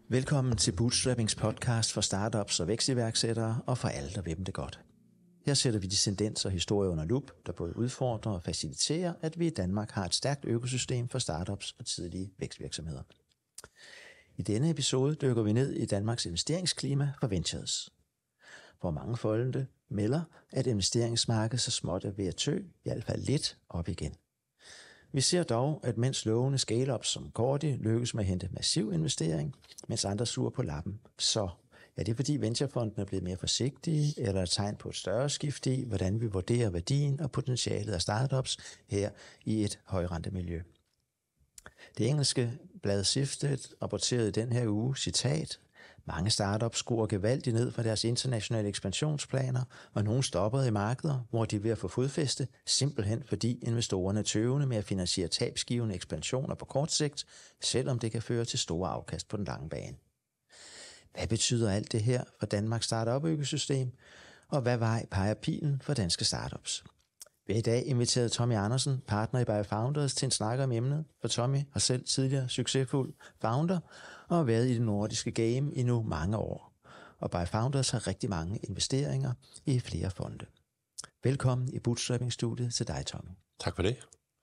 Velkommen til Bootstrappings podcast for startups og vækstiværksættere og for alle, der vil dem det godt. Her sætter vi de tendenser og historier under lup, der både udfordrer og faciliterer, at vi i Danmark har et stærkt økosystem for startups og tidlige vækstvirksomheder. I denne episode dykker vi ned i Danmarks investeringsklima for ventures, hvor mange foldende melder, at investeringsmarkedet så småt er ved at tø, i hvert fald lidt op igen. Vi ser dog, at mens lovende scale-ups som Cordi lykkes med at hente massiv investering, mens andre suger på lappen, så er det fordi venturefonden er blevet mere forsigtige, eller et tegn på et større skift i, hvordan vi vurderer værdien og potentialet af startups her i et højrentemiljø. Det engelske blad Shifted rapporterede i den her uge, citat: mange startups skruer gevaldigt ned for deres internationale ekspansionsplaner, og nogle stopper i markeder, hvor de er ved at få fodfæste, simpelthen fordi investorerne er tøvende med at finansiere tabsgivende ekspansioner på kort sigt, selvom det kan føre til store afkast på den lange bane. Hvad betyder alt det her for Danmarks startup-økosystem, og hvad vej peger pilen for danske startups? Vi har i dag inviteret Tommy Andersen, partner i BioFounders, til en snak om emnet, for Tommy har selv tidligere succesfuld founder og har været i det nordiske game i nu mange år. Og BioFounders har rigtig mange investeringer i flere fonde. Velkommen i Bootstrapping-studiet til dig, Tommy. Tak for det.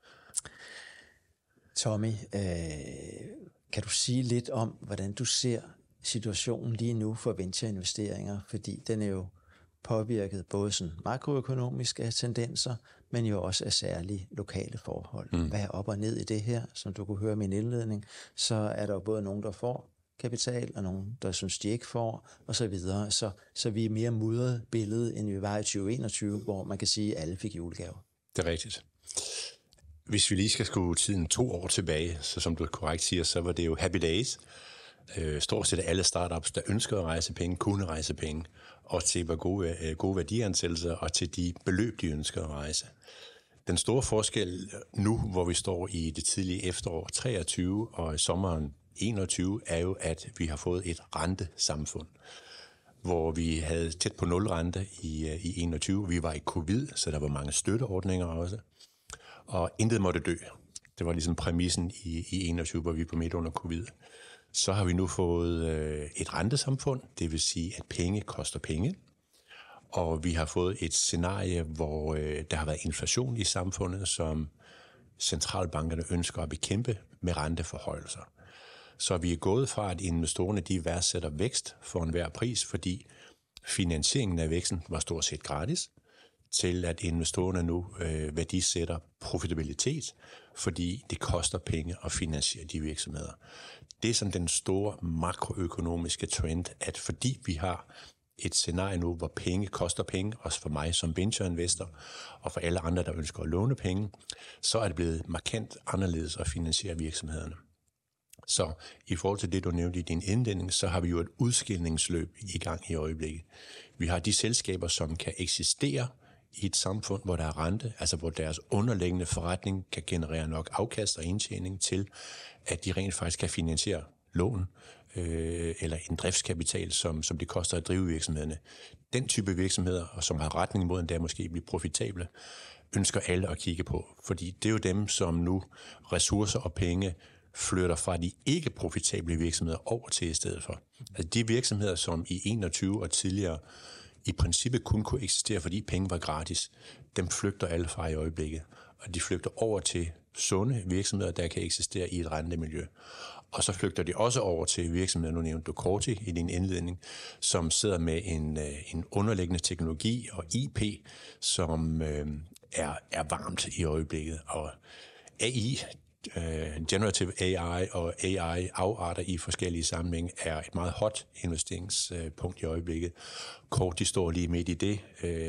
Tommy, kan du sige lidt om, hvordan du ser situationen lige nu for ventureinvesteringer? Fordi den er jo påvirket både sådan makroøkonomisk af tendenser, men jo også af særlige lokale forhold. Hvad er op og ned i det her? Som du kunne høre i min indledning, så er der jo både nogen, der får kapital, og nogen, der synes, de ikke får, og så videre. Så vi er mere mudret billede, end vi var i 2021, hvor man kan sige, at alle fik julegaver. Det er rigtigt. Hvis vi lige skal skrue tiden 2 år tilbage, så som du korrekt siger, så var det jo happy days. Stort set alle startups, der ønskede at rejse penge, kunne rejse penge, og til hvor gode værdiansættelser, og til de beløb, de ønskede at rejse. Den store forskel nu, hvor vi står i det tidlige efterår 23 og i sommeren 21, er jo, at vi har fået et rentesamfund, hvor vi havde tæt på 0 rente i 21. Vi var i covid, så der var mange støtteordninger også, og intet måtte dø. Det var ligesom præmissen i 21, hvor vi var midt under covid. Så har vi nu fået et rentesamfund, det vil sige, at penge koster penge. Og vi har fået et scenarie, hvor der har været inflation i samfundet, som centralbankerne ønsker at bekæmpe med renteforhøjelser. Så vi er gået fra, at investorerne de værdsætter vækst for enhver pris, fordi finansieringen af væksten var stort set gratis, til at investorerne nu værdisætter profitabilitet, fordi det koster penge at finansiere de virksomheder. Det er sådan den store makroøkonomiske trend, at fordi vi har et scenarie nu, hvor penge koster penge, også for mig som ventureinvestor, og for alle andre, der ønsker at låne penge, så er det blevet markant anderledes at finansiere virksomhederne. Så i forhold til det, du nævnte i din indledning, så har vi jo et udskillingsløb i gang i øjeblikket. Vi har de selskaber, som kan eksistere i et samfund, hvor der er rente, altså hvor deres underliggende forretning kan generere nok afkast og indtjening til, at de rent faktisk kan finansiere lån eller en driftskapital, som det koster at drive virksomhederne. Den type virksomheder, og som har retning mod en der måske blive profitable, ønsker alle at kigge på, fordi det er jo dem, som nu ressourcer og penge flytter fra de ikke profitable virksomheder over til i stedet for. Altså de virksomheder, som i 21 og tidligere i princippet kun kunne eksistere, fordi penge var gratis, dem flygter alle fra i øjeblikket. Og de flygter over til sunde virksomheder, der kan eksistere i et rentemiljø. Og så flygter de også over til virksomheder, nu nævnte du Cordi i din indledning, som sidder med en underliggende teknologi og IP, som er varmt i øjeblikket. Og AI, generative AI og AI-afarter i forskellige sammenhænge er et meget hot investeringspunkt i øjeblikket. Cordi står lige midt i det.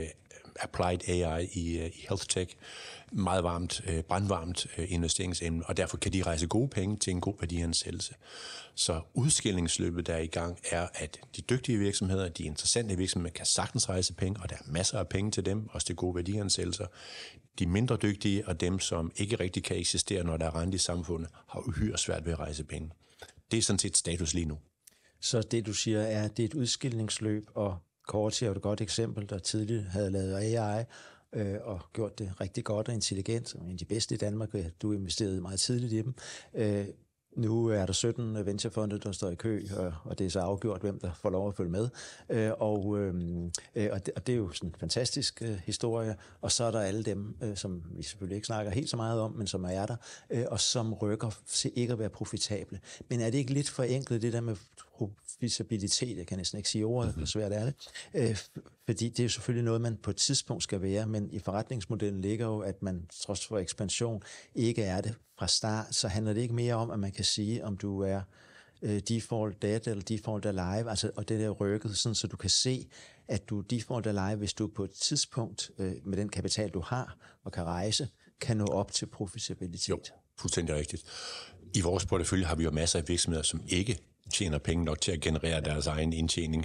Applied AI i health tech, meget varmt, brandvarmt investeringsemne, og derfor kan de rejse gode penge til en god værdiansættelse. Så udskillingsløbet, der er i gang, er, at de dygtige virksomheder, de interessante virksomheder, kan sagtens rejse penge, og der er masser af penge til dem, også til gode værdiansættelser. De mindre dygtige og dem, som ikke rigtig kan eksistere, når der er rente i samfundet, har uhyre svært ved at rejse penge. Det er sådan set status lige nu. Så det, du siger, er, at det er et udskillingsløb, og Cordi er jo et godt eksempel, der tidligere havde lavet AI, og gjort det rigtig godt og intelligent, og en af de bedste i Danmark, du investerede meget tidligt i dem. Nu er der 17 venturefonde, der står i kø, og det er så afgjort, hvem der får lov at følge med. Og det er jo sådan en fantastisk historie. Og så er der alle dem, som vi selvfølgelig ikke snakker helt så meget om, men som er der, og som rykker til ikke at være profitable. Men er det ikke lidt forenklet, det der med profitabilitet? Jeg kan næsten ikke sige ordet, hvor svært er det. Fordi det er jo selvfølgelig noget, man på et tidspunkt skal være, men i forretningsmodellen ligger jo, at man trods for ekspansion ikke er det fra start. Så handler det ikke mere om, at man kan sige, om du er default dead eller default alive, altså, og det der rykket, sådan, så du kan se, at du er default alive, hvis du på et tidspunkt med den kapital, du har og kan rejse, kan nå op til profitabilitet. Jo, fuldstændig rigtigt. I vores portefølje har vi jo masser af virksomheder, som ikke tjener penge nok til at generere deres egen indtjening,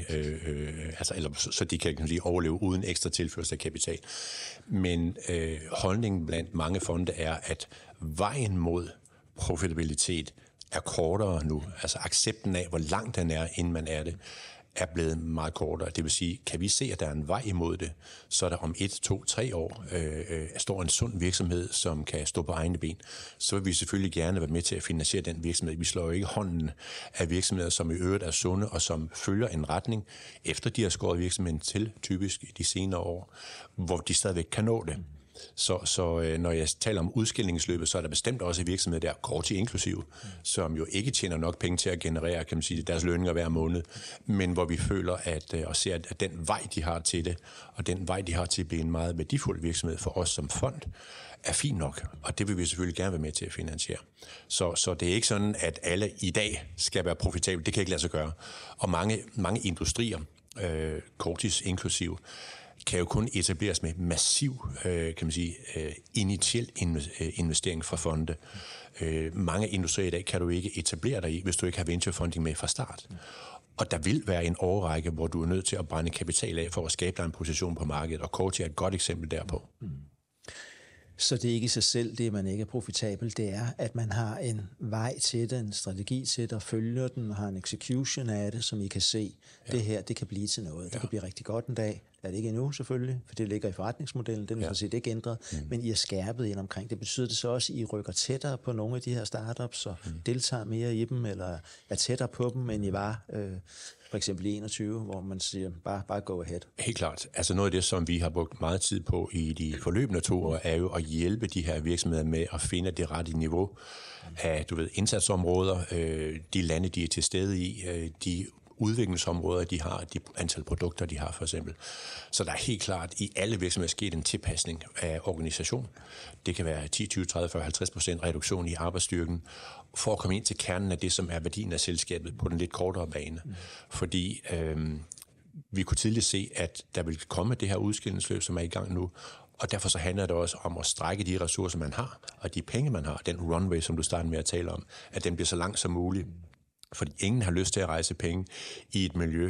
så de kan lige overleve uden ekstra tilførsel af kapital. Men holdningen blandt mange fonde er, at vejen mod profitabilitet er kortere nu. Altså accepten af, hvor langt den er, inden man er det, er blevet meget kortere. Det vil sige, kan vi se, at der er en vej imod det, så er der om 1, 2, 3 år står en sund virksomhed, som kan stå på egne ben, så vil vi selvfølgelig gerne være med til at finansiere den virksomhed. Vi slår jo ikke hånden af virksomheder, som i øvrigt er sunde, og som følger en retning, efter de har skåret virksomheden til, typisk i de senere år, hvor de stadigvæk kan nå det. Så når jeg taler om udskillingsløbet, så er der bestemt også virksomheder der, Corti inklusiv, som jo ikke tjener nok penge til at generere, kan man sige, deres lønninger hver måned, men hvor vi føler og ser, at den vej, de har til det, og den vej, de har til at blive en meget værdifuld virksomhed for os som fond, er fint nok, og det vil vi selvfølgelig gerne være med til at finansiere. Så det er ikke sådan, at alle i dag skal være profitable. Det kan ikke lade sig gøre. Og mange industrier, Cortis inklusiv, kan jo kun etableres med massiv, kan man sige, initiel investering fra fonde. Mange industrier i dag kan du ikke etablere dig i, hvis du ikke har venturefunding med fra start. Og der vil være en årrække, hvor du er nødt til at brænde kapital af for at skabe dig en position på markedet, og Corti er et godt eksempel derpå. Så det er ikke i sig selv, det man ikke er profitabel, det er, at man har en vej til det, en strategi til det, og følger den, og har en execution af det, som I kan se, det her, det kan blive til noget. Det kan blive rigtig godt en dag. Det er det ikke endnu, selvfølgelig, for det ligger i forretningsmodellen, den er for set ikke ændret, men I er skærpet ind omkring. Det betyder det så også, at I rykker tættere på nogle af de her startups, og deltager mere i dem, eller er tættere på dem, end I var for eksempel i 21, hvor man siger, bare go ahead. Helt klart. Altså noget af det, som vi har brugt meget tid på i de forløbende 2 år, er jo at hjælpe de her virksomheder med at finde det rette niveau af, indsatsområder, de lande, de er til stede i, de udviklingsområder, de har, de antal produkter, de har for eksempel. Så der er helt klart i alle virksomheder sket en tilpasning af organisation. Det kan være 10, 20, 30, 40, 50% reduktion i arbejdsstyrken, for at komme ind til kernen af det, som er værdien af selskabet på den lidt kortere bane. Fordi vi kunne tidligt se, at der vil komme det her udskillingsløb, som er i gang nu, og derfor så handler det også om at strække de ressourcer, man har, og de penge, man har, den runway, som du startede med at tale om, at den bliver så lang som muligt. Fordi ingen har lyst til at rejse penge i et miljø,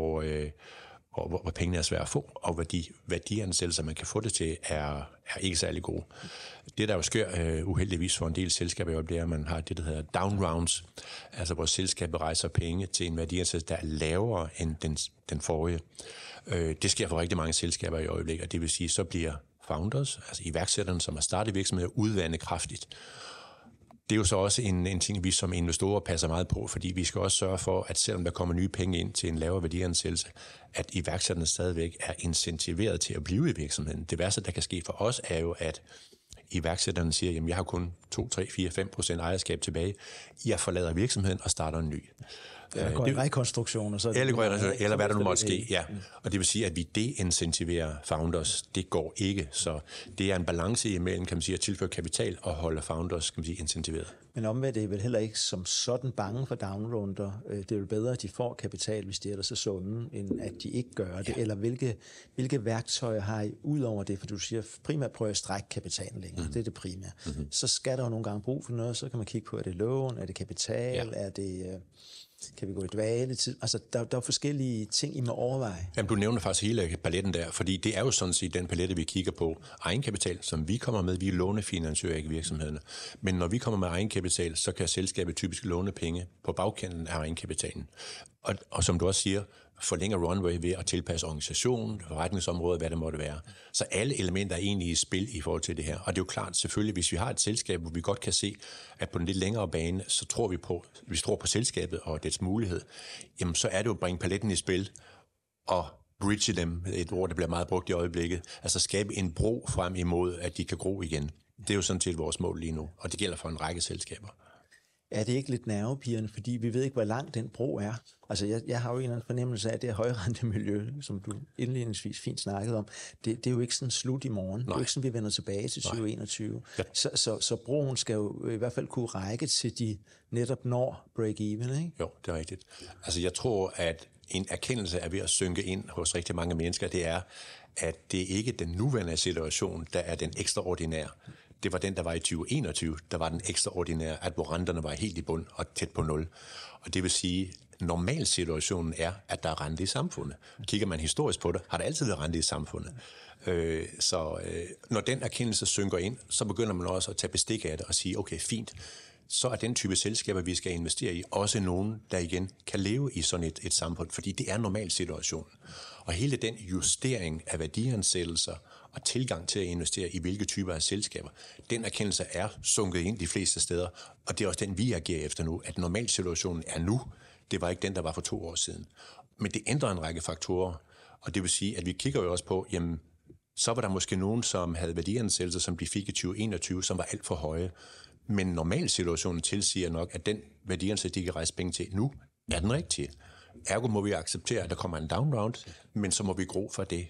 hvor pengene er svære at få, og værdiansættelser, man kan få det til, er ikke særlig gode. Det, der jo sker uheldigvis for en del selskaber, det er, at man har det, der hedder down rounds, altså hvor selskabet rejser penge til en værdiansættelse, der er lavere end den forrige. Det sker for rigtig mange selskaber i øjeblikket, og det vil sige, så bliver founders, altså iværksætterne, som har startet virksomheder, udvandet kraftigt. Det er jo så også en ting, vi som investorer passer meget på, fordi vi skal også sørge for, at selvom der kommer nye penge ind til en lavere værdiansættelse, at iværksætterne stadigvæk er incentiveret til at blive i virksomheden. Det værste, der kan ske for os, er jo, at iværksætterne siger, jamen jeg har kun 2, 3, 4, 5% ejerskab tilbage. Jeg forlader virksomheden og starter en ny. Rekonstruktioner. Eller hvad der nu måtte ske, ja. Og det vil sige, at vi deincentiverer founders. Det går ikke, så det er en balance imellem, kan man sige, at tilføre kapital og holde founders, kan man sige, incentiveret. Men omvendt er det vel heller ikke som sådan bange for downrunder. Det er jo bedre, at de får kapital, hvis de er der så sunde, end at de ikke gør det. Ja. Eller hvilke værktøjer har I ud over det? For du siger, primært prøve at strække kapitalen længere. Det er det primære. Så skal der jo nogle gange brug for noget, så kan man kigge på, er det lån, er det kapital, er det... Kan vi gå i dvale tid? Altså, der er forskellige ting, I må overveje. Jamen, du nævner faktisk hele paletten der, fordi det er jo sådan set den palette, vi kigger på. Egenkapital, som vi kommer med, vi lånefinansierer ikke virksomhederne. Men når vi kommer med egenkapital, så kan selskabet typisk låne penge på bagkanten af egenkapitalen. Og som du også siger, forlænger runway ved at tilpasse organisation, forretningsområde, hvad det måtte være. Så alle elementer er egentlig i spil i forhold til det her. Og det er jo klart, selvfølgelig, hvis vi har et selskab, hvor vi godt kan se, at på en lidt længere bane, så tror vi på, hvis vi tror på selskabet og dets mulighed, jamen så er det jo at bringe paletten i spil og bridge dem, et ord, der bliver meget brugt i øjeblikket, altså skabe en bro frem imod, at de kan gro igen. Det er jo sådan set vores mål lige nu, og det gælder for en række selskaber. Er det ikke lidt nervepirrende, fordi vi ved ikke, hvor lang den bro er? Altså, jeg har jo en eller anden fornemmelse af, at det her højrentemiljø, som du indledningsvis fint snakkede om, det er jo ikke sådan slut i morgen. Nej. Det er jo ikke sådan, vi vender tilbage til 2021. Ja. Så broen skal jo i hvert fald kunne række til de netop når break-even, ikke? Jo, det er rigtigt. Altså, jeg tror, at en erkendelse er ved at synke ind hos rigtig mange mennesker, det er, at det ikke er den nuværende situation, der er den ekstraordinære. Det var den, der var i 2021, der var den ekstraordinære, at hvor renterne var helt i bund og tæt på 0. Og det vil sige, normalsituationen er, at der er rente i samfundet. Kigger man historisk på det, har der altid været rente i samfundet. Så når den erkendelse synker ind, så begynder man også at tage bestik af det og sige, okay, fint, så er den type selskaber, vi skal investere i, også nogen, der igen kan leve i sådan et samfund, fordi det er normalsituationen. Og hele den justering af værdiansættelser og tilgang til at investere i hvilke typer af selskaber, den erkendelse er sunket ind de fleste steder, og det er også den, vi agerer efter nu, at normalsituationen er nu. Det var ikke den, der var for 2 år siden. Men det ændrer en række faktorer, og det vil sige, at vi kigger jo også på, jamen, så var der måske nogen, som havde værdiansættelser, som de fik i 2021, som var alt for høje. Men normalsituationen tilsiger nok, at den værdiansættelse, de kan rejse penge til nu, er den rigtige. Ergo må vi acceptere, at der kommer en down round, men så må vi gro for det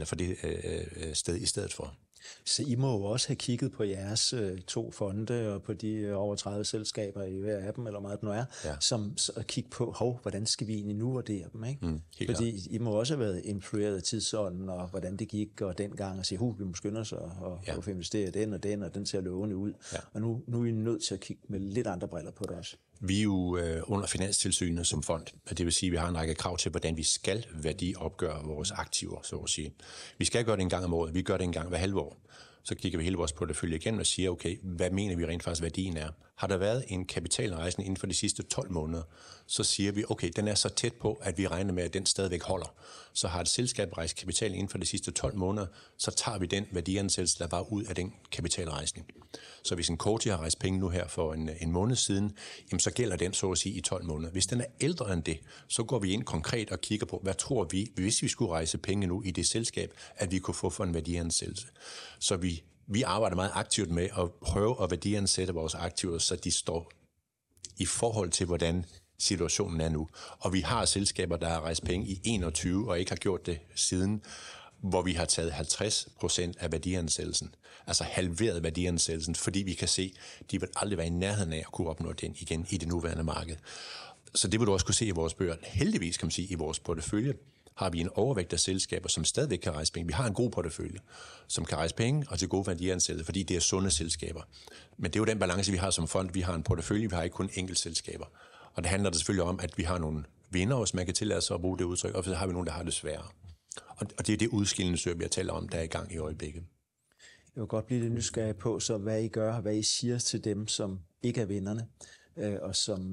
sted i stedet for. Så I må jo også have kigget på jeres 2 fonde og på de over 30 selskaber i hver af dem, eller meget det nu er, som at kigge på, hvordan skal vi egentlig nu vurdere dem, ikke? Fordi I må også have været influeret af tidsånden, og hvordan det gik, og dengang, og sige, vi må skynde os og få investeret den, og den ser lovende ud. Ja. Og nu er I nødt til at kigge med lidt andre briller på det også. Vi er jo under Finanstilsynet som fond, og det vil sige, at vi har en række krav til, hvordan vi skal værdiopgøre vores aktiver, så at sige. Vi skal gøre det en gang om året, vi gør det en gang hver halve år. Så kigger vi hele vores portefølje igen og siger, okay, hvad mener vi rent faktisk værdien er? Har der været en kapitalrejsning inden for de sidste 12 måneder, så siger vi, okay, den er så tæt på, at vi regner med, at den stadigvæk holder. Så har et selskab rejst kapital inden for de sidste 12 måneder, så tager vi den værdiansættelse, der var ud af den kapitalrejsning. Så hvis en Coty har rejst penge nu her for en måned siden, jamen så gælder den så at sige i 12 måneder. Hvis den er ældre end det, så går vi ind konkret og kigger på, hvad tror vi, hvis vi skulle rejse penge nu i det selskab, at vi kunne få for en værdiansættelse. Så vi arbejder meget aktivt med at prøve at værdiansætte vores aktiver, så de står i forhold til, hvordan situationen er nu. Og vi har selskaber, der har rejst penge i 21 og ikke har gjort det siden, hvor vi har taget 50% af værdiansættelsen, altså halveret værdiansættelsen, fordi vi kan se, at de vil aldrig være i nærheden af at kunne opnå den igen i det nuværende marked. Så det vil du også kunne se i vores bøger. Heldigvis kan man sige, i vores portefølje har vi en overvægt af selskaber, som stadigvæk kan rejse penge. Vi har en god portefølje, som kan rejse penge og til gode værdiansættelser, fordi det er sunde selskaber. Men det er jo den balance, vi har som fond. Vi har en portefølje, vi har ikke kun enkeltselskaber. Og det handler selvfølgelig om, at vi har nogle vinder, hvis man kan tillade sig at bruge det udtryk, og så har vi nogle, der har det sværere. Og det er det udskillende, vi har talt om, der er i gang i øjeblikket. Jeg vil godt blive lidt nysgerrig på, så hvad I gør, hvad I siger til dem, som ikke er vinderne, og som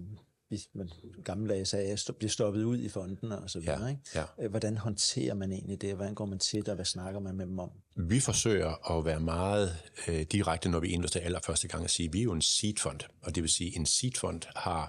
man gamle dage sagde, bliver stoppet ud i fonden og så videre. Ikke? Ja. Hvordan håndterer man egentlig det? Hvordan går man til det, og hvad snakker man med dem om? Vi forsøger at være meget direkte, når vi investerer allerførste gang, at sige, at vi er jo en seedfond, og det vil sige, at en seedfond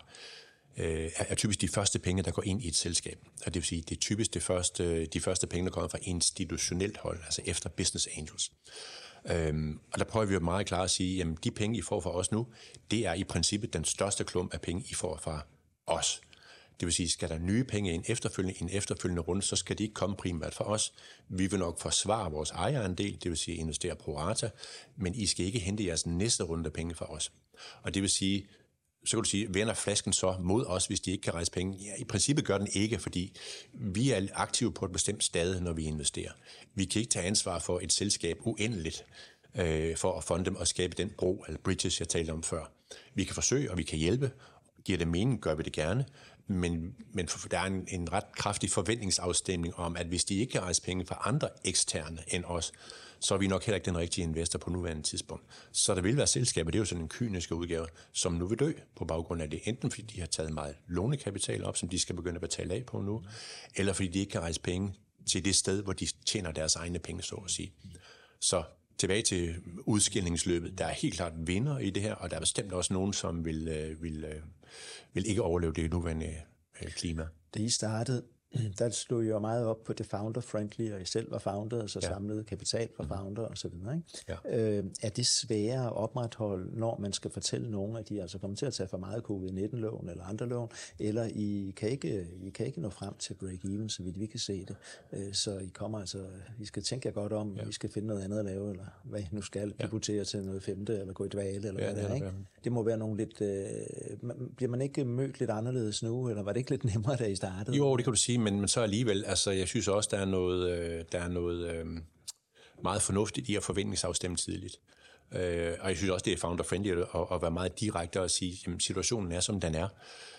er typisk de første penge, der går ind i et selskab. Og det vil sige, det er typisk de første penge, der kommer fra institutionelt hold, altså efter business angels. Og der prøver vi jo meget klart at sige, at de penge, I får fra os nu, det er i princippet den største klump af penge, I får fra os. Det vil sige, skal der nye penge i en efterfølgende runde, så skal de ikke komme primært fra os. Vi vil nok forsvare vores ejerandel, det vil sige investere pro rata, men I skal ikke hente jeres næste runde af penge fra os. Og det vil sige, så kan du sige, vender flasken så mod os, hvis de ikke kan rejse penge? Ja, i princippet gør den ikke, fordi vi er aktive på et bestemt stade, når vi investerer. Vi kan ikke tage ansvar for et selskab uendeligt, for at fonde dem og skabe den bro, eller bridges, jeg talte om før. Vi kan forsøge, og vi kan hjælpe. Giver det mening, gør vi det gerne. Men der er en ret kraftig forventningsafstemning om, at hvis de ikke kan rejse penge fra andre eksterne end os, så er vi nok heller ikke den rigtige investor på nuværende tidspunkt. Så der vil være selskaber, det er jo sådan en kynisk udgave, som nu vil dø på baggrund af det. Enten fordi de har taget meget lånekapital op, som de skal begynde at betale af på nu, eller fordi de ikke kan rejse penge til det sted, hvor de tjener deres egne penge, så at sige. Så tilbage til udskillingsløbet. Der er helt klart vinder i det her, og der er bestemt også nogen, som vil ikke overleve det nuværende klima. Da I startede, der slog jo meget op på det founder-friendly, og I selv var founder, og så samlede kapital fra founder og så videre. Ikke? Ja. Er det sværere at opretholde, når man skal fortælle nogen, at de altså kommer til at tage for meget covid-19-lån eller andre lån, eller I kan ikke nå frem til break-even, så vidt vi kan se det. Så I kommer altså, I skal tænke jer godt om, I skal finde noget andet at lave, eller hvad I nu skal, pivotere til noget femte, eller gå i dvale, eller hvad det er. Ikke? Det må være nogle lidt... bliver man ikke mødt lidt anderledes nu, eller var det ikke lidt nemmere, da I startede? Jo, det kan du sige, men så alligevel, altså jeg synes også, der er noget meget fornuftigt i at forventningsafstemme tidligt. Og jeg synes også, det er founder-friendly at være meget direkte og sige, at situationen er, som den er.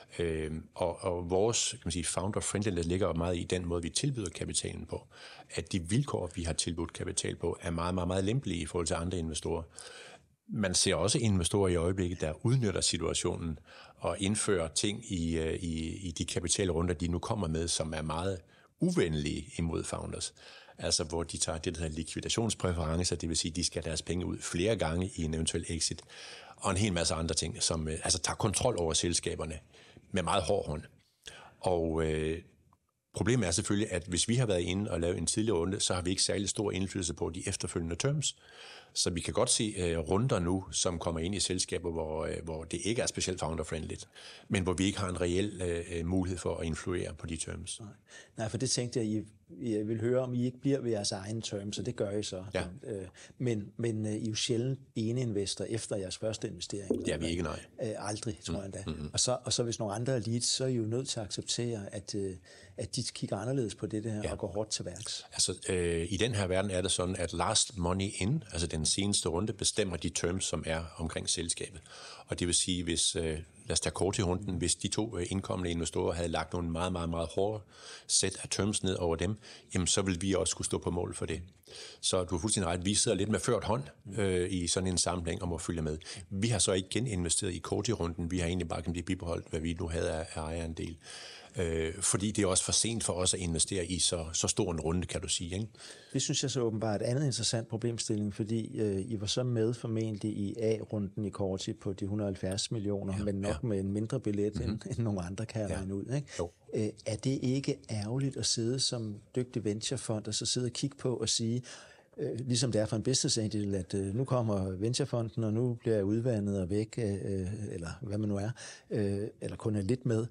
Og vores founder-friendly ligger meget i den måde, vi tilbyder kapitalen på. At de vilkår, vi har tilbudt kapital på, er meget, meget, meget lempelige i forhold til andre investorer. Man ser også investorer i øjeblikket, der udnytter situationen og indfører ting i de kapitalrunder, de nu kommer med, som er meget uvenlige imod founders. Altså hvor de tager det, der hedder likvidationspræferencer, det vil sige, at de skal have deres penge ud flere gange i en eventuel exit, og en hel masse andre ting, som tager kontrol over selskaberne med meget hård hånd. Og problemet er selvfølgelig, at hvis vi har været inde og lavet en tidlig runde, så har vi ikke særlig stor indflydelse på de efterfølgende terms. Så vi kan godt se runder nu, som kommer ind i selskaber, hvor det ikke er specielt founder-friendly, men hvor vi ikke har en reel mulighed for at influere på de terms. Nej, for det tænkte jeg vil høre, om I ikke bliver ved jeres egen terms, og det gør I så. Ja. Men I er jo sjældent ene investor efter jeres første investering. Det er vi ikke, nej. Aldrig, tror jeg da. Og så hvis nogle andre er leads, så er I jo nødt til at acceptere, at de kigger anderledes på det her og går hårdt til værks. Altså, i den her verden er det sådan, at last money in, altså den seneste runde, bestemmer de terms, som er omkring selskabet. Og det vil sige, hvis... Lad os tage kort i runden. Hvis de to indkommende investorer havde lagt nogle meget, meget, meget hårde sæt af terms ned over dem, jamen så vil vi også kunne stå på mål for det. Så du har fuldstændig ret. Vi sidder lidt med ført hånd i sådan en sammenhæng og må følge med. Vi har så ikke geninvesteret i kort i runden. Vi har egentlig bare bibeholdt, hvad vi nu havde af ejerandel. Fordi det er også for sent for os at investere i så stor en runde, kan du sige. Ikke? Det synes jeg så åbenbart er et andet interessant problemstilling, fordi I var så med formentlig i A-runden i Corti på de 170 millioner, men nok med en mindre billet end nogle andre kan regne ud. Ikke? Er det ikke ærgerligt at sidde som dygtig venturefond og så sidde og kigge på og sige, ligesom det er for en business angel, at nu kommer venturefonden, og nu bliver jeg udvandet og væk, eller hvad man nu er, eller kun er lidt med,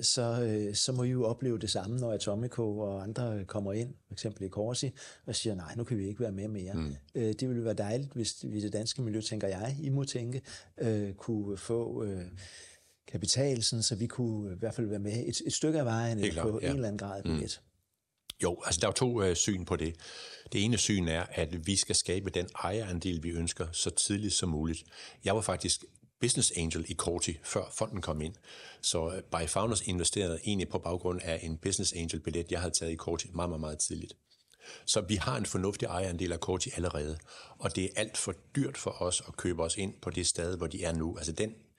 så må I jo opleve det samme, når Atomico og andre kommer ind, for eksempel i Corsi, og siger, nej, nu kan vi ikke være med mere. Det ville være dejligt, hvis vi i det danske miljø, tænker jeg, I må tænke, kunne få kapital, så vi kunne i hvert fald være med et stykke af vejen på en eller anden grad billet. Jo, altså der er to syn på det. Det ene syn er, at vi skal skabe den ejerandel, vi ønsker, så tidligt som muligt. Jeg var faktisk business angel i Corti, før fonden kom ind. Så By Founders investerede egentlig på baggrund af en business angel-billet, jeg havde taget i Corti meget, meget, meget tidligt. Så vi har en fornuftig ejerandel af Corti allerede, og det er alt for dyrt for os at købe os ind på det sted, hvor de er nu. Altså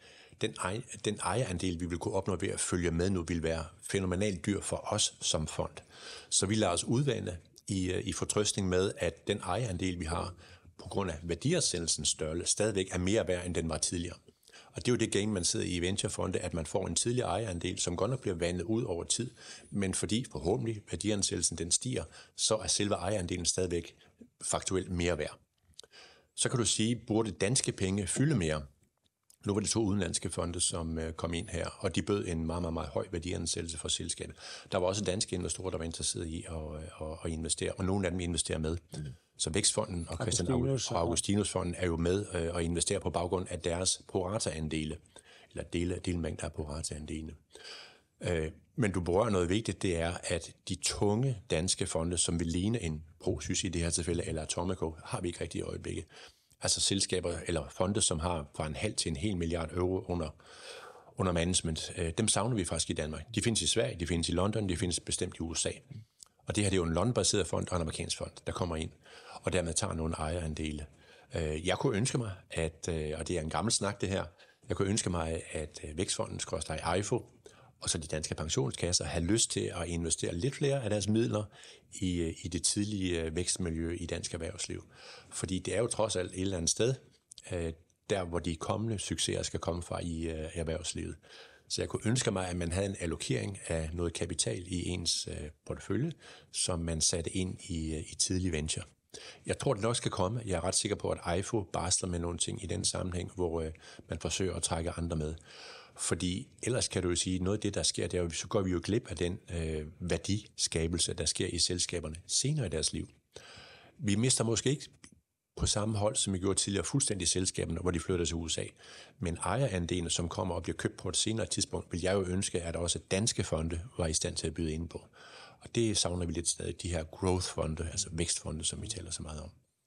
den ejerandel, vi vil kunne opnå ved at følge med nu, vil være fænomenalt dyr for os som fond. Så vi lader os udvande i fortrøstning med, at den ejerandel, vi har, på grund af værdiansættelsens størrelse, stadigvæk er mere værd, end den var tidligere. Og det er jo det game, man sidder i venturefonde, at man får en tidligere ejerandel, som godt nok bliver vandet ud over tid, men fordi forhåbentlig værdiansættelsen den stiger, så er selve ejerandelen stadigvæk faktuelt mere værd. Så kan du sige, burde danske penge fylde mere? Nu var det 2 udenlandske fonde, som kom ind her, og de bød en meget, meget, meget høj værdiansættelse for selskabet. Der var også danske investorer, der var interesseret i at investere, og nogle af dem investerer med. Så Vækstfonden og Christian Augustinus-fonden er jo med og investerer på baggrund af deres prorata-andele, eller delmængder af prorata-andele. Men du berører noget vigtigt, det er, at de tunge danske fonde, som vil ligne en ProSys i det her tilfælde, eller Atomico, har vi ikke rigtig i øjeblikket. Altså selskaber eller fonde, som har fra 0,5 til 1 milliard euro under management, dem savner vi faktisk i Danmark. De findes i Sverige, de findes i London, de findes bestemt i USA. Og det her det er jo en London-baseret fond og en amerikansk fond, der kommer ind, og dermed tager nogle ejerandele. Jeg kunne ønske mig, og det er en gammel snak det her, jeg kunne ønske mig, at Vækstfonden / EIFO, og så de danske pensionskasser, have lyst til at investere lidt flere af deres midler i det tidlige vækstmiljø i dansk erhvervsliv. Fordi det er jo trods alt et eller andet sted, der hvor de kommende succeser skal komme fra i erhvervslivet. Så jeg kunne ønske mig, at man havde en allokering af noget kapital i ens portefølje, som man satte ind i tidlig venture. Jeg tror, det nok skal komme. Jeg er ret sikker på, at EIFO barsler med nogle ting i den sammenhæng, hvor man forsøger at trække andre med. Fordi ellers kan du jo sige, noget af det, der sker, det er, så går vi jo glip af den værdiskabelse, der sker i selskaberne senere i deres liv. Vi mister måske ikke på samme hold, som vi gjorde tidligere, fuldstændig selskaberne, hvor de flytter til USA. Men ejerandelene, som kommer og bliver købt på et senere tidspunkt, vil jeg jo ønske, at også danske fonde var i stand til at byde ind på. Og det savner vi lidt stadig, de her growth-fonde, altså vækstfonde, som vi taler så meget om.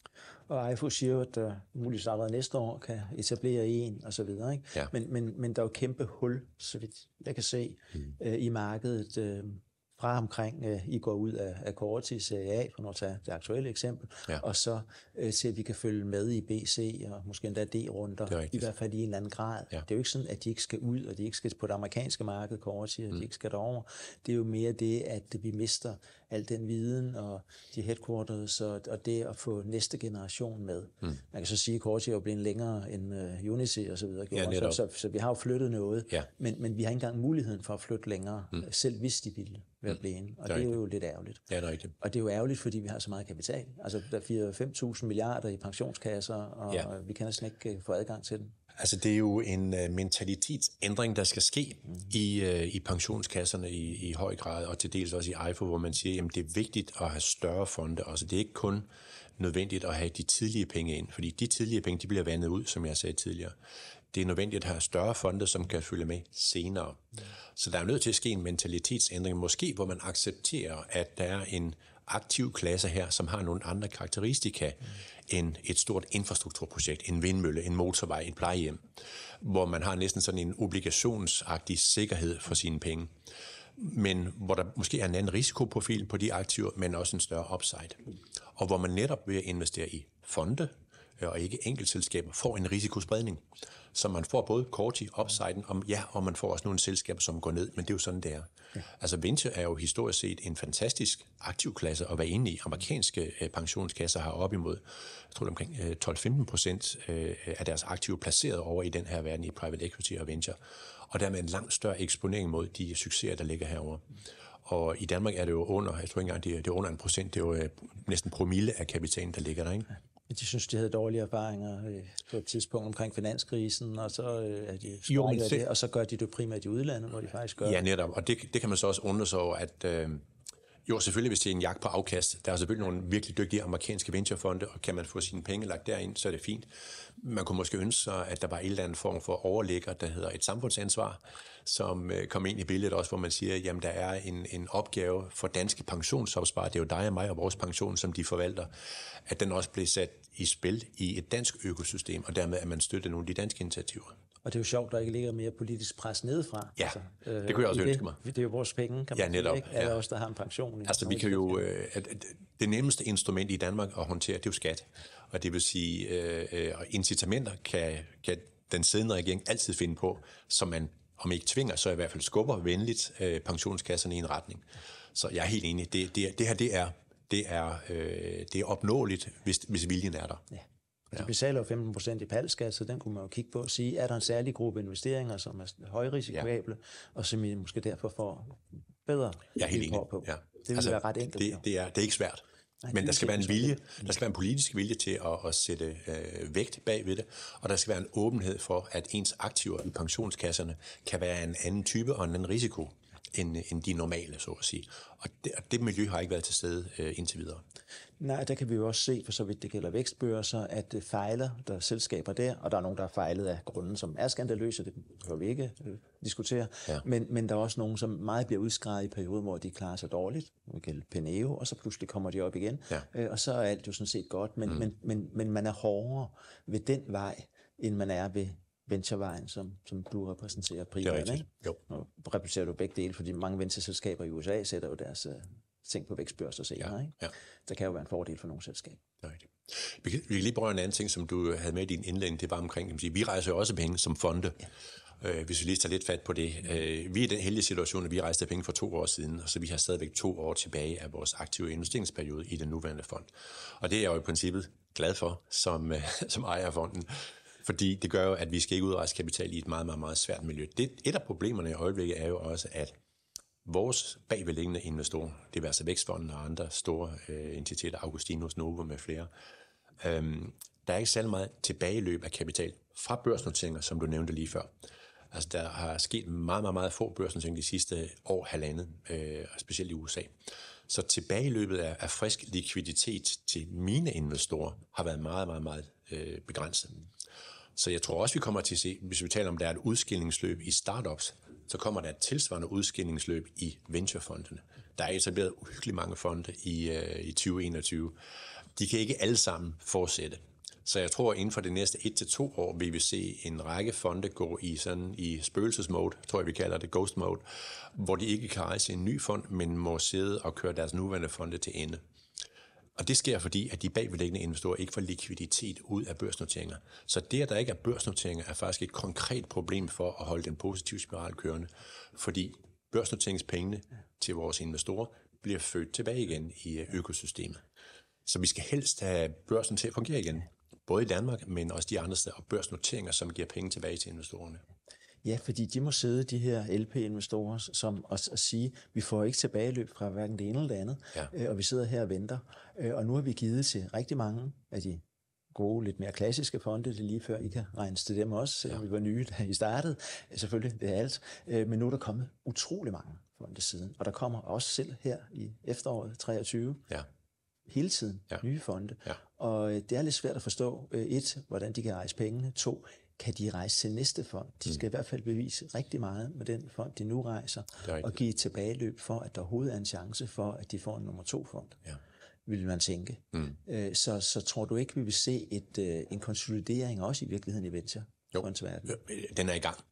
Og EIFO siger jo, at muligvis allerede næste år kan etablere en og så videre. Ikke? Ja. Men der er jo kæmpe hul, så vidt jeg kan se, i markedet fra omkring, I går ud af Coorte Serie A, for at tage det aktuelle eksempel, og så til at vi kan følge med i BC og måske endda D-runder, i hvert fald i en eller anden grad. Ja. Det er jo ikke sådan, at de ikke skal ud, og de ikke skal på det amerikanske marked, Coorte, og de ikke skal derover. Det er jo mere det, at vi mister al den viden og de headquarters, og det at få næste generation med. Man kan så sige, at Coorte er jo blevet længere end Unice og så videre. Ja, så vi har jo flyttet noget, men vi har ikke engang muligheden for at flytte længere, selv hvis de ville være blevet. Og det er jo lidt ærgerligt. Ja, det er rigtigt. Og det er jo ærgerligt, fordi vi har så meget kapital. Altså, der er 4-5.000 milliarder i pensionskasser, og vi kan næsten ikke få adgang til den. Altså, det er jo en mentalitetsændring, der skal ske i pensionskasserne i høj grad, og til dels også i EIFO, hvor man siger, at det er vigtigt at have større fonde. Altså, det er ikke kun nødvendigt at have de tidlige penge ind, fordi de tidlige penge, de bliver vandet ud, som jeg sagde tidligere. Det er nødvendigt at have større fonde, som kan følge med senere. Så der er nødt til at ske en mentalitetsændring, måske hvor man accepterer, at der er en aktiv klasse her, som har nogle andre karakteristika end et stort infrastrukturprojekt, en vindmølle, en motorvej, et plejehjem, hvor man har næsten sådan en obligationsagtig sikkerhed for sine penge. Men hvor der måske er en anden risikoprofil på de aktiver, men også en større upside. Og hvor man netop ved at investere i fonde, og ikke enkeltselskaber, får en risikospredning. Så man får både kort i upsiden, og man får også nogle selskaber, som går ned, men det er jo sådan, det er. Ja. Altså venture er jo historisk set en fantastisk aktiv klasse, og hvad egentlig amerikanske pensionskasser har op imod, jeg tror omkring 12-15% af deres aktive placeret over i den her verden i private equity og venture, og dermed en langt større eksponering mod de succeser, der ligger herovre. Og i Danmark er det jo under, jeg tror ikke engang, det er under 1%, det er jo næsten promille af kapitalen, der ligger der, ikke? De synes, de havde dårlige erfaringer på et tidspunkt omkring finanskrisen, og så er de sprækket det, og så gør de det primært i udlandet, hvor de faktisk gør. Ja, netop, og det kan man så også undre sig over, at jo, selvfølgelig hvis det er en jagt på afkast, der er selvfølgelig nogle virkelig dygtige amerikanske venturefonde, og kan man få sine penge lagt derind, så er det fint. Man kunne måske ønske sig, at der var en eller anden form for overlægger, der hedder et samfundsansvar, som kom ind i billedet også, hvor man siger, jamen der er en opgave for danske pensionsopsparere, det er jo dig og mig og vores pension, som de forvalter, at den også bliver sat i spil i et dansk økosystem, og dermed at man støtter nogle af de danske initiativer. Og det er jo sjovt, der ikke ligger mere politisk pres nedefra. Ja, det kunne jeg også ønske mig. Det er jo vores penge, kan man sige, ikke? Alle os, der har en pension. Altså, vi kan jo... det nemmeste instrument i Danmark at håndtere, det er jo skat. Og det vil sige, incitamenter kan den siddende regering altid finde på, så man, om ikke tvinger, så i hvert fald skubber venligt pensionskasserne i en retning. Så jeg er helt enig. Det er opnåeligt, hvis viljen er der. Ja. De betaler jo 15% i palskat, så den kunne man jo kigge på og sige, er der en særlig gruppe investeringer, som er højrisikable, og som I måske derfor får bedre vilkår på. Ja. Det vil være ret enkelt. Det er ikke svært. Nej, men der skal være en vilje, der skal være en politisk vilje til at sætte vægt bag ved det, og der skal være en åbenhed for, at ens aktiver i pensionskasserne kan være en anden type og en anden risiko end de normale, så at sige. Og det miljø har ikke været til stede indtil videre. Nej, der kan vi jo også se, for så vidt det gælder vækstbørser, at fejler der selskaber der, og der er nogen, der er fejlet af grunden, som er skandaløse, det behøver vi ikke diskutere, men der er også nogen, som meget bliver udskrevet i perioder, hvor de klarer sig dårligt, det gælder Peneo, og så pludselig kommer de op igen, og så er alt jo sådan set godt, men man er hårdere ved den vej, end man er ved venturevejen, som du repræsenterer primært. Det er rigtigt. Jo. Nu repræsenterer du begge dele, fordi mange ventureselskaber i USA sætter jo deres ting på vækstbørser senere. Ikke? Ja. Der kan jo være en fordel for nogle selskaber. Det er rigtigt. Vi kan lige prøve en anden ting, som du havde med i din indledning, det var omkring, vi rejser jo også penge som fonde. Ja. Hvis vi lige tager lidt fat på det. Vi er i den heldige situation, at vi rejste penge for 2 år siden, og så vi har stadigvæk 2 år tilbage af vores aktive investeringsperiode i den nuværende fond. Og det er jeg jo i princippet glad for, som ejer af fonden. Fordi det gør jo, at vi skal ikke udrejse kapital i et meget, meget, meget svært miljø. Et af problemerne i øjeblikket er jo også, at vores bagvedliggende investorer, det vil altså Vækstfonden og andre store entiteter, Augustinus, Novo med flere, der er ikke særlig meget tilbageløb af kapital fra børsnoteringer, som du nævnte lige før. Altså der har sket meget, meget, meget få børsnoteringer de sidste år, halvandet, specielt i USA. Så tilbageløbet af frisk likviditet til mine investorer har været meget, meget, meget begrænset. Så jeg tror også, vi kommer til at se, hvis vi taler om, der er et udskillingsløb i startups, så kommer der et tilsvarende udskillingsløb i venturefondene. Der er etableret uhyggeligt mange fonde i 2021. De kan ikke alle sammen fortsætte. Så jeg tror, at inden for det næste 1-2 år vil vi se en række fonde gå i spøgelsesmode, tror jeg vi kalder det, ghost mode, hvor de ikke kan rejse en ny fond, men må sidde og køre deres nuværende fonde til ende. Og det sker, fordi at de bagvedliggende investorer ikke får likviditet ud af børsnoteringer. Så det, at der ikke er børsnoteringer, er faktisk et konkret problem for at holde den positive spiral kørende. Fordi børsnoteringspengene til vores investorer bliver født tilbage igen i økosystemet. Så vi skal helst have børsen til at fungere igen. Både i Danmark, men også de andre steder, og børsnoteringer, som giver penge tilbage til investorerne. Ja, fordi de må sidde, de her LP-investorer, som at sige, vi får ikke tilbageløb fra hverken det ene eller det andet, og vi sidder her og venter. Og nu har vi givet til rigtig mange af de gode, lidt mere klassiske fonde, det lige før I kan regnes til dem også, selvom vi var nye, da I startede. Selvfølgelig, det er alt. Men nu er der kommet utrolig mange fonde siden, og der kommer også selv her i efteråret 23, hele tiden nye fonde. Ja. Og det er lidt svært at forstå, 1, hvordan de kan rejse pengene, 2, kan de rejse til næste fond. De skal i hvert fald bevise rigtig meget med den fond, de nu rejser, og give et tilbageløb for, at der overhovedet er en chance for, at de får en nummer 2 fond. Ja. Vil man tænke. Så tror du ikke, vi vil se en konsolidering også i virkeligheden i venture-fondsverdenen? Jo, den er i gang.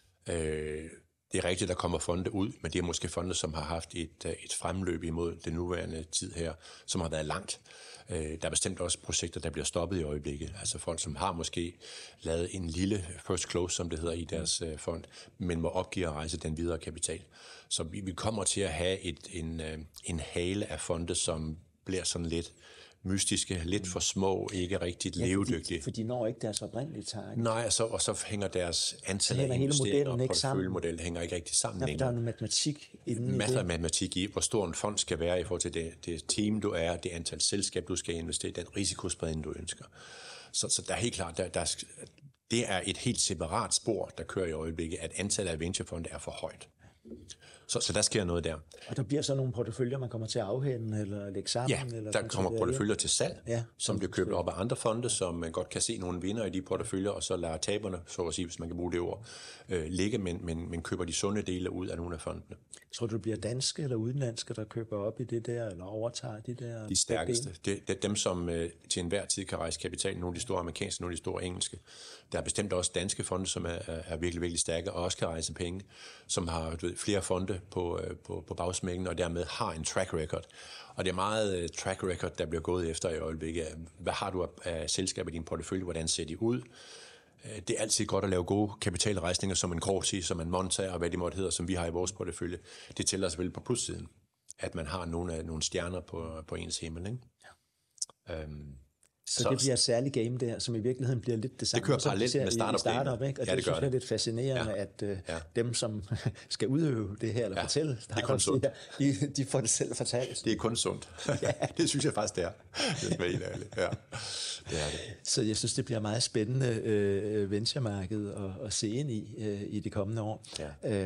Det er rigtigt, der kommer fonde ud, men det er måske fonde, som har haft et fremløb imod den nuværende tid her, som har været langt. Der er bestemt også projekter, der bliver stoppet i øjeblikket. Altså folk, som har måske lavet en lille first close, som det hedder i deres fond, men må opgive at rejse den videre kapital. Så vi kommer til at have en hale af fonde, som bliver sådan lidt mystiske, lidt for små, ikke rigtig levedygtige. For de når ikke deres oprindelige target. Nej, og så hænger deres antal af investeringer og porteføljemodel hænger ikke rigtig sammen. Ja, der er noget matematik inden i det. Masser af matematik i, hvor stor en fond skal være i forhold til det team, du er, det antal selskab, du skal investere, den risikospredning, du ønsker. Så der er helt klart, det er et helt separat spor, der kører i øjeblikket, at antallet af venturefonde er for højt. Så der sker noget der. Og der bliver så nogle porteføljer, man kommer til at afhænde eller lægge sammen? Ja, eller der kommer porteføljer til salg, som bliver købt op af andre fonde, som man godt kan se nogle vinder i de porteføljer, og så lader taberne, så at sige, hvis man kan bruge det ord, ligge, men køber de sunde dele ud af nogle af fondene. Tror du, det bliver danske eller udenlandske, der køber op i det der, eller overtager de der? De stærkeste. Det er dem, som til enhver tid kan rejse kapital. Nogle af de store amerikanske, nogle af de store engelske. Der er bestemt også danske fonde, som er virkelig, virkelig stærke, og også kan rejse penge, som har flere fonde på bagsmækken, og dermed har en track record. Og det er meget track record, der bliver gået efter i øjeblikket. Hvad har du af selskaber i din portefølje? Hvordan ser de ud? Det er altid godt at lave gode kapitalrejsninger, som en Corsi, som en Monta, og hvad de måtte hedder, som vi har i vores portefølje. Det tæller selvfølgelig på plussiden, at man har nogle stjerner på ens himmel, ikke? Ja. Så det bliver et særligt game der, som i virkeligheden bliver lidt det samme. Det kører parallelt med startup, ikke? Og det synes jeg er lidt fascinerende, at dem, som skal udøve det her, eller fortælle startup, de får det selv fortalt. Det er kun sundt. Det synes jeg faktisk, det er. Det er helt ærligt. Ja. Det er det. Så jeg synes, det bliver meget spændende venturemarked at se ind i de kommende år. Ja.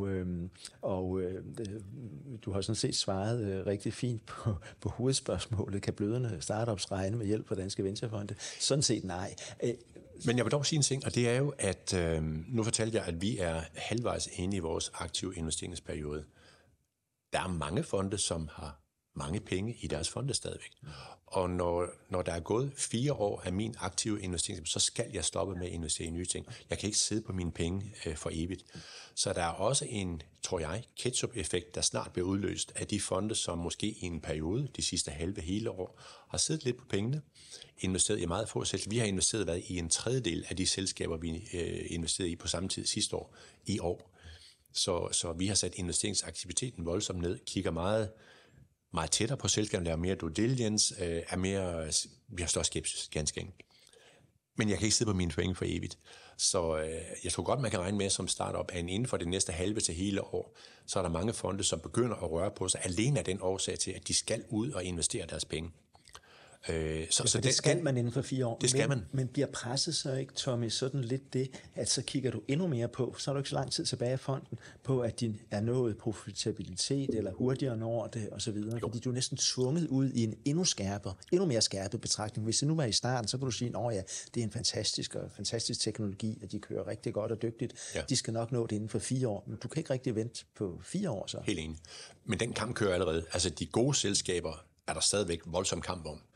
Du har sådan set svaret rigtig fint på hovedspørgsmålet. Kan blødende startups regne med hjælp fra danske venturefonde? Sådan set nej. Men jeg vil dog sige en ting, og det er jo, at nu fortalte jeg, at vi er halvvejs inde i vores aktive investeringsperiode. Der er mange fonde, som har mange penge i deres fonde stadigvæk. Og når der er gået 4 år af min aktive investering, så skal jeg stoppe med at investere i nye ting. Jeg kan ikke sidde på mine penge for evigt. Så der er også en, tror jeg, ketchup-effekt, der snart bliver udløst af de fonde, som måske i en periode, de sidste hele år, har siddet lidt på pengene, investeret i meget få selskaber. Vi har investeret i en tredjedel af de selskaber, vi investerede i på samme tid sidste år, i år. Så vi har sat investeringsaktiviteten voldsomt ned, kigger meget tættere på selskaberne, laver mere due diligence, vi har større skepsis, ganske enkelt. Men jeg kan ikke sidde på mine penge for evigt. Så jeg tror godt, man kan regne med som startup, at inden for det næste halve til hele år, så er der mange fonde, som begynder at røre på sig, alene af den årsag til, at de skal ud og investere deres penge. Så det skal man inden for 4 år. Det skal man. Men bliver presset så ikke, Tommy, sådan lidt det, at så kigger du endnu mere på, så er du ikke så lang tid tilbage i fonden, på at din er nået profitabilitet, eller hurtigere når det, og så videre. Fordi du er næsten tvunget ud i en endnu mere skærpet betragtning. Hvis det nu var i starten, så kunne du sige, ja, det er en fantastisk teknologi, og de kører rigtig godt og dygtigt. Ja. De skal nok nå det inden for 4 år. Men du kan ikke rigtig vente på 4 år så. Helt enig. Men den kamp kører allerede. Altså de gode selskaber er der stadigvæk voldsom kamp om.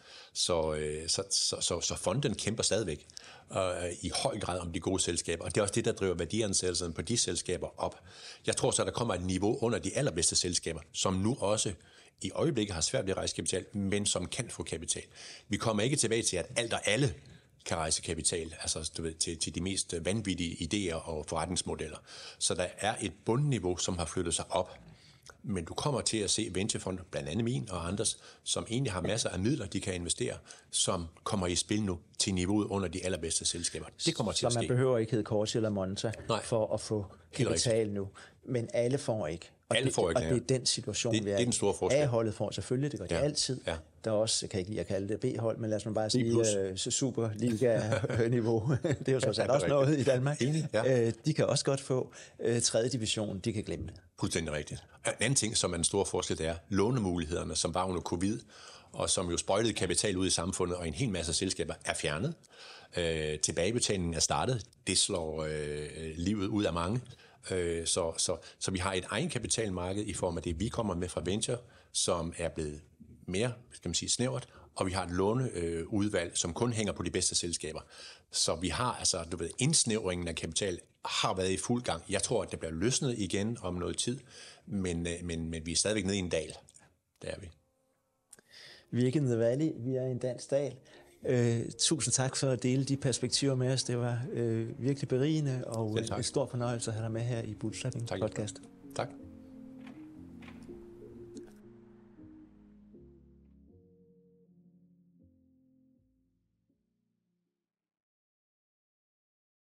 Så fonden kæmper stadigvæk i høj grad om de gode selskaber, og det er også det, der driver værdiansættelsen på de selskaber op. Jeg tror så, der kommer et niveau under de allerbedste selskaber, som nu også i øjeblikket har svært ved at rejse kapital, men som kan få kapital. Vi kommer ikke tilbage til, at alt og alle kan rejse kapital, altså du ved, til de mest vanvittige idéer og forretningsmodeller. Så der er et bundniveau, som har flyttet sig op. Men du kommer til at se venturefonde, blandt andet min og andres, som egentlig har masser af midler, de kan investere, som kommer i spil nu til niveauet under de allerbedste selskaber. Det kommer til at ske. Så man behøver ikke hedde Corsi eller Monta for at få kapital nu. Men alle får ikke. Og det er den situation, vi er i. Det er den store forskel. A-holdet får selvfølgelig, det gør de altid. Ja. Der er også, jeg kan ikke lide at kalde det B-hold, men lad os nu bare sige Superliga-niveau. Det er jo så også noget i Danmark. De kan også godt få 3. division, de kan glemme det. Fuldstændig rigtigt. En anden ting, som er en stor forskel, det er lånemulighederne, som var under covid, og som jo sprøjtede kapital ud i samfundet, og en hel masse selskaber er fjernet. Tilbagebetalingen er startet. Det slår livet ud af mange. Så vi har et egenkapitalmarked i form af det, vi kommer med fra venture, som er blevet mere, skal man sige, snævert, og vi har et låneudvalg, som kun hænger på de bedste selskaber. Så vi har altså, indsnævringen af kapital har været i fuld gang. Jeg tror, at det bliver løsnet igen om noget tid, men vi er stadigvæk nede i en dal. Der er vi. Vi er ikke in the valley, vi er i en dansk dal. Tusind tak for at dele de perspektiver med os. Det var virkelig berigende og en stor fornøjelse at have dig med her i Bootstrapping podcast.